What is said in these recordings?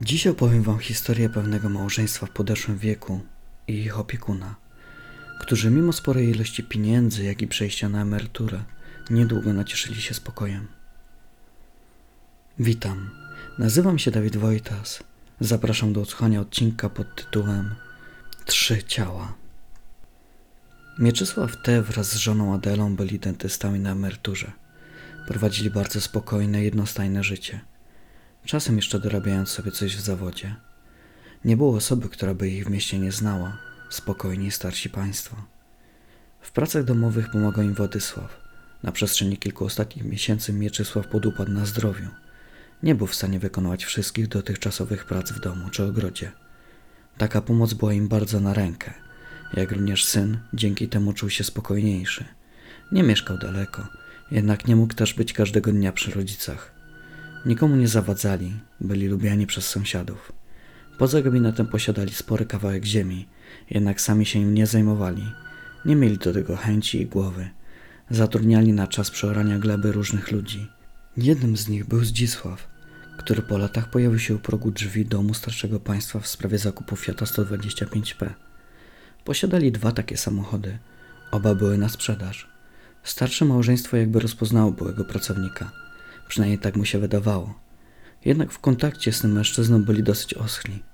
Dziś opowiem wam historię pewnego małżeństwa w podeszłym wieku i ich opiekuna, którzy mimo sporej ilości pieniędzy, jak i przejścia na emeryturę, niedługo nacieszyli się spokojem. Witam, nazywam się Dawid Wojtas. Zapraszam do odsłuchania odcinka pod tytułem Trzy ciała. Mieczysław T. wraz z żoną Adelą byli dentystami na emeryturze. Prowadzili bardzo spokojne, jednostajne życie. Czasem jeszcze dorabiając sobie coś w zawodzie. Nie było osoby, która by ich w mieście nie znała, spokojni starsi państwo. W pracach domowych pomagał im Władysław. Na przestrzeni kilku ostatnich miesięcy Mieczysław podupadł na zdrowiu. Nie był w stanie wykonywać wszystkich dotychczasowych prac w domu czy ogrodzie. Taka pomoc była im bardzo na rękę, jak również syn dzięki temu czuł się spokojniejszy. Nie mieszkał daleko, jednak nie mógł też być każdego dnia przy rodzicach. Nikomu nie zawadzali, byli lubiani przez sąsiadów. Poza gabinetem posiadali spory kawałek ziemi, jednak sami się im nie zajmowali. Nie mieli do tego chęci i głowy. Zatrudniali na czas przeorania gleby różnych ludzi. Jednym z nich był Zdzisław, który po latach pojawił się u progu drzwi domu starszego państwa w sprawie zakupu Fiata 125P. Posiadali dwa takie samochody. Oba były na sprzedaż. Starsze małżeństwo jakby rozpoznało byłego pracownika. Przynajmniej tak mu się wydawało. Jednak w kontakcie z tym mężczyzną byli dosyć oschli.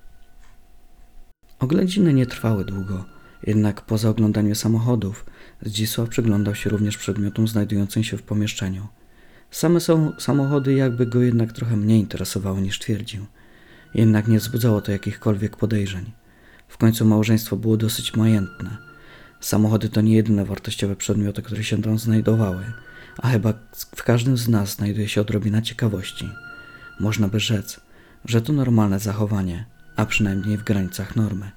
Oględziny nie trwały długo, jednak poza oglądaniem samochodów Zdzisław przyglądał się również przedmiotom znajdującym się w pomieszczeniu. Same samochody jakby go jednak trochę mniej interesowały niż twierdził. Jednak nie wzbudzało to jakichkolwiek podejrzeń. W końcu małżeństwo było dosyć majętne. Samochody to nie jedyne wartościowe przedmioty, które się tam znajdowały, a chyba w każdym z nas znajduje się odrobina ciekawości. Można by rzec, że to normalne zachowanie, a przynajmniej w granicach normy.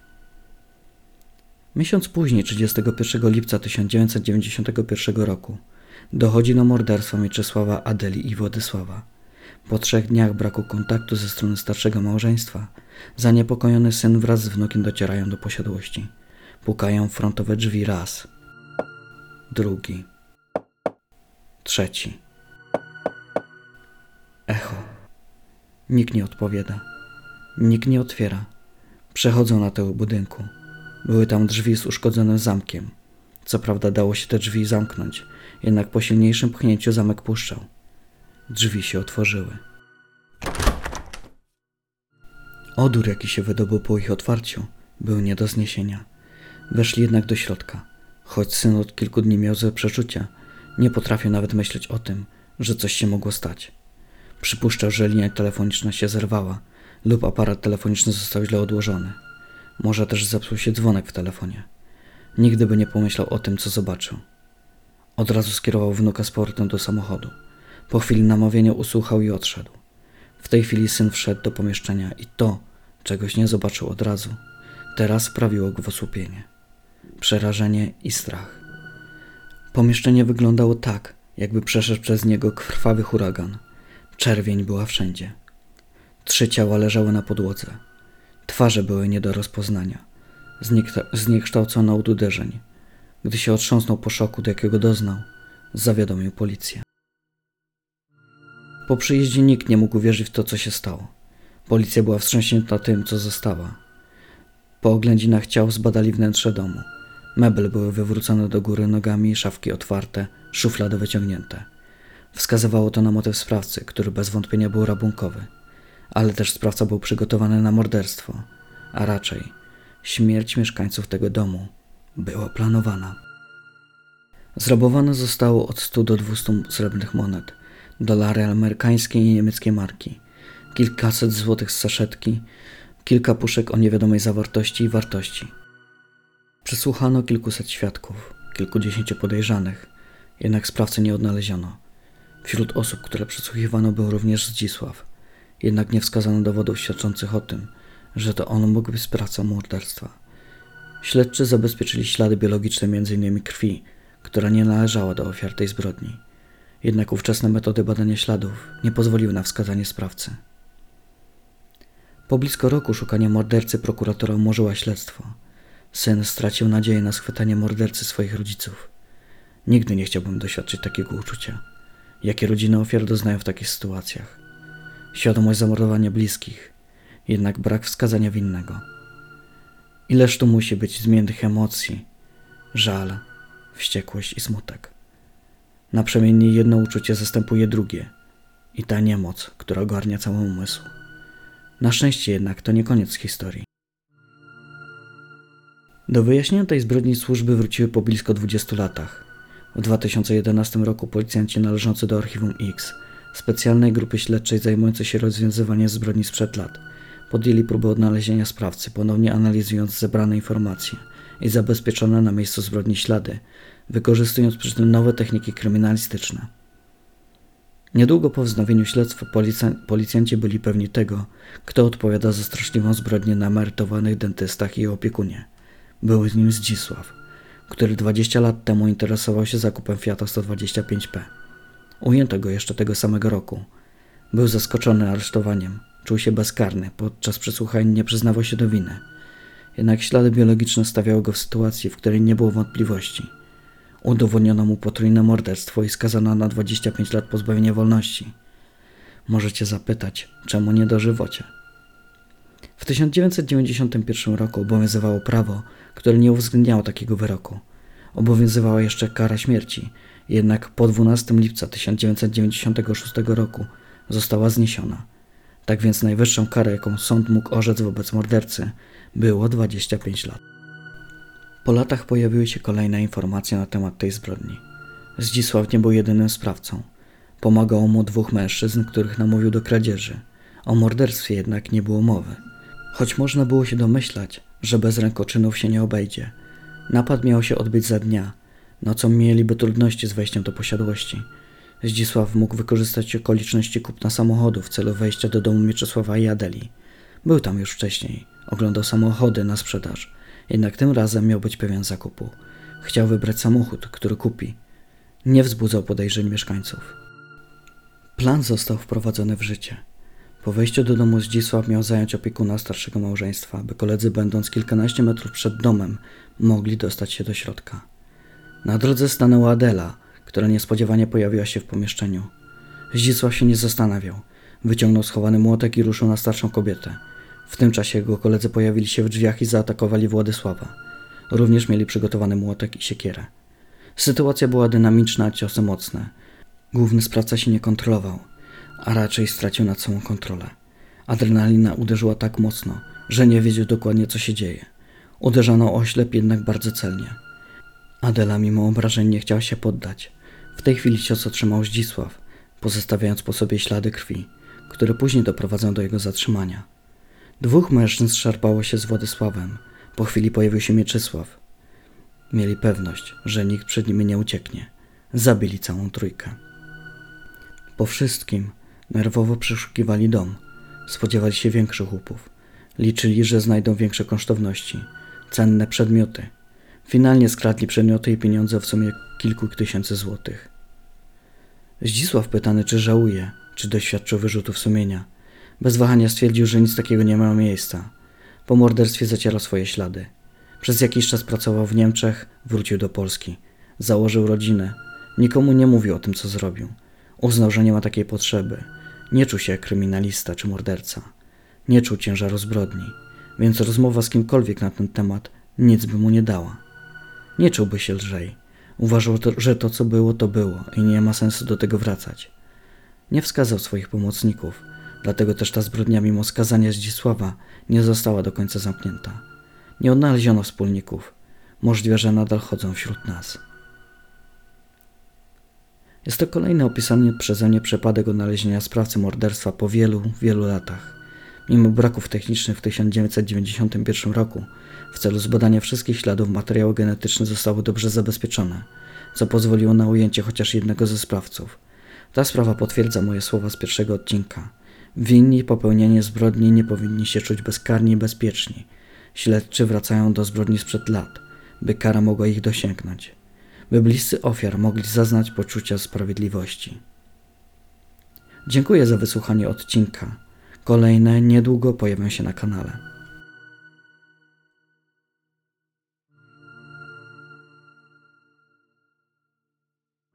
Miesiąc później, 31 lipca 1991 roku, dochodzi do morderstwa Mieczysława, Adeli i Władysława. Po 3 dniach braku kontaktu ze strony starszego małżeństwa, zaniepokojony syn wraz z wnukiem docierają do posiadłości. Pukają w frontowe drzwi raz, drugi, trzeci. Echo. Nikt nie odpowiada. Nikt nie otwiera. Przechodzą na tył budynku. Były tam drzwi z uszkodzonym zamkiem. Co prawda dało się te drzwi zamknąć, jednak po silniejszym pchnięciu zamek puszczał. Drzwi się otworzyły. Odór, jaki się wydobył po ich otwarciu, był nie do zniesienia. Weszli jednak do środka. Choć syn od kilku dni miał złe przeczucia, nie potrafił nawet myśleć o tym, że coś się mogło stać. Przypuszczał, że linia telefoniczna się zerwała lub aparat telefoniczny został źle odłożony. Może też zepsuł się dzwonek w telefonie. Nigdy by nie pomyślał o tym, co zobaczył. Od razu skierował wnuka z powrotem do samochodu. Po chwili namówienia usłuchał i odszedł. W tej chwili syn wszedł do pomieszczenia i to, czegoś nie zobaczył od razu, teraz sprawiło go w osłupienie. Przerażenie i strach. Pomieszczenie wyglądało tak, jakby przeszedł przez niego krwawy huragan. Czerwień była wszędzie. 3 ciała leżały na podłodze. Twarze były nie do rozpoznania. Zniekształcone od uderzeń. Gdy się otrząsnął po szoku, do jakiego doznał, zawiadomił policję. Po przyjeździe nikt nie mógł uwierzyć w to, co się stało. Policja była wstrząśnięta tym, co została. Po oględzinach ciał zbadali wnętrze domu. Meble były wywrócone do góry nogami, szafki otwarte, szuflady wyciągnięte. Wskazywało to na motyw sprawcy, który bez wątpienia był rabunkowy. Ale też sprawca był przygotowany na morderstwo, a raczej śmierć mieszkańców tego domu była planowana. Zrabowane zostało od 100 do 200 srebrnych monet, dolary amerykańskie i niemieckie marki, kilkaset złotych z saszetki, kilka puszek o niewiadomej zawartości i wartości. Przesłuchano kilkuset świadków, kilkudziesięciu podejrzanych, jednak sprawcy nie odnaleziono. Wśród osób, które przesłuchiwano, był również Zdzisław, jednak nie wskazano dowodów świadczących o tym, że to on mógł być sprawcą morderstwa. Śledczy zabezpieczyli ślady biologiczne m.in. krwi, która nie należała do ofiar tej zbrodni. Jednak ówczesne metody badania śladów nie pozwoliły na wskazanie sprawcy. Po blisko roku szukania mordercy prokuratura umorzyła śledztwo. Syn stracił nadzieję na schwytanie mordercy swoich rodziców. Nigdy nie chciałbym doświadczyć takiego uczucia, jakie rodziny ofiar doznają w takich sytuacjach. Świadomość zamordowania bliskich jednak brak wskazania winnego. Ileż tu musi być zmiennych emocji, żal, wściekłość i smutek. Naprzemiennie jedno uczucie zastępuje drugie i ta niemoc, która ogarnia cały umysł. Na szczęście jednak to nie koniec historii. Do wyjaśnienia tej zbrodni służby wróciły po blisko 20 latach. W 2011 roku policjanci należący do Archiwum X, specjalnej grupy śledczej zajmującej się rozwiązywaniem zbrodni sprzed lat, podjęli próbę odnalezienia sprawcy, ponownie analizując zebrane informacje i zabezpieczone na miejscu zbrodni ślady, wykorzystując przy tym nowe techniki kryminalistyczne. Niedługo po wznowieniu śledztwa policjanci byli pewni tego, kto odpowiada za straszliwą zbrodnię na emerytowanych dentystach i opiekunie. Był nim Zdzisław, który 20 lat temu interesował się zakupem Fiata 125P. Ujęto go jeszcze tego samego roku. Był zaskoczony aresztowaniem, czuł się bezkarny, podczas przesłuchań nie przyznawał się do winy. Jednak ślady biologiczne stawiały go w sytuacji, w której nie było wątpliwości. Udowodniono mu potrójne morderstwo i skazano na 25 lat pozbawienia wolności. Możecie zapytać, czemu nie dożywocie? W 1991 roku obowiązywało prawo, które nie uwzględniało takiego wyroku. Obowiązywała jeszcze kara śmierci, jednak po 12 lipca 1996 roku została zniesiona. Tak więc najwyższą karę, jaką sąd mógł orzec wobec mordercy, było 25 lat. Po latach pojawiły się kolejne informacje na temat tej zbrodni. Zdzisław nie był jedynym sprawcą. Pomagało mu 2 mężczyzn, których namówił do kradzieży. O morderstwie jednak nie było mowy. Choć można było się domyślać, że bez rękoczynów się nie obejdzie. Napad miał się odbyć za dnia, nocą mieliby trudności z wejściem do posiadłości. Zdzisław mógł wykorzystać okoliczności kupna samochodu w celu wejścia do domu Mieczysława i Adeli. Był tam już wcześniej, oglądał samochody na sprzedaż, jednak tym razem miał być pewien zakupu. Chciał wybrać samochód, który kupi. Nie wzbudzał podejrzeń mieszkańców. Plan został wprowadzony w życie. Po wejściu do domu Zdzisław miał zająć opiekuna starszego małżeństwa, aby koledzy, będąc kilkanaście metrów przed domem, mogli dostać się do środka. Na drodze stanęła Adela, która niespodziewanie pojawiła się w pomieszczeniu. Zdzisław się nie zastanawiał. Wyciągnął schowany młotek i ruszył na starszą kobietę. W tym czasie jego koledzy pojawili się w drzwiach i zaatakowali Władysława. Również mieli przygotowany młotek i siekierę. Sytuacja była dynamiczna, a ciosy mocne. Główny sprawca się nie kontrolował, a raczej stracił nad sobą kontrolę. Adrenalina uderzyła tak mocno, że nie wiedział dokładnie, co się dzieje. Uderzano oślep, jednak bardzo celnie. Adela mimo obrażeń nie chciała się poddać. W tej chwili cios otrzymał Zdzisław, pozostawiając po sobie ślady krwi, które później doprowadzą do jego zatrzymania. 2 mężczyzn szarpało się z Władysławem. Po chwili pojawił się Mieczysław. Mieli pewność, że nikt przed nimi nie ucieknie. Zabili całą trójkę. Po wszystkim nerwowo przeszukiwali dom. Spodziewali się większych łupów. Liczyli, że znajdą większe kosztowności, cenne przedmioty. Finalnie skradli przedmioty i pieniądze w sumie kilku tysięcy złotych. Zdzisław pytany, czy żałuje, czy doświadczył wyrzutów sumienia, bez wahania stwierdził, że nic takiego nie ma miejsca. Po morderstwie zacierał swoje ślady. Przez jakiś czas pracował w Niemczech, wrócił do Polski. Założył rodzinę. Nikomu nie mówił o tym, co zrobił. Uznał, że nie ma takiej potrzeby. Nie czuł się jak kryminalista czy morderca. Nie czuł ciężaru zbrodni, więc rozmowa z kimkolwiek na ten temat nic by mu nie dała. Nie czułby się lżej. Uważał, że to, co było, to było i nie ma sensu do tego wracać. Nie wskazał swoich pomocników, dlatego też ta zbrodnia mimo skazania Zdzisława nie została do końca zamknięta. Nie odnaleziono wspólników. Możliwe, że nadal chodzą wśród nas. Jest to kolejny opisany przeze mnie przypadek odnalezienia sprawcy morderstwa po wielu latach. Mimo braków technicznych w 1991 roku, w celu zbadania wszystkich śladów materiały genetyczne zostały dobrze zabezpieczone, co pozwoliło na ujęcie chociaż jednego ze sprawców. Ta sprawa potwierdza moje słowa z pierwszego odcinka. Winni popełnienie zbrodni nie powinni się czuć bezkarni i bezpieczni. Śledczy wracają do zbrodni sprzed lat, by kara mogła ich dosięgnąć, by bliscy ofiar mogli zaznać poczucia sprawiedliwości. Dziękuję za wysłuchanie odcinka. Kolejne niedługo pojawią się na kanale.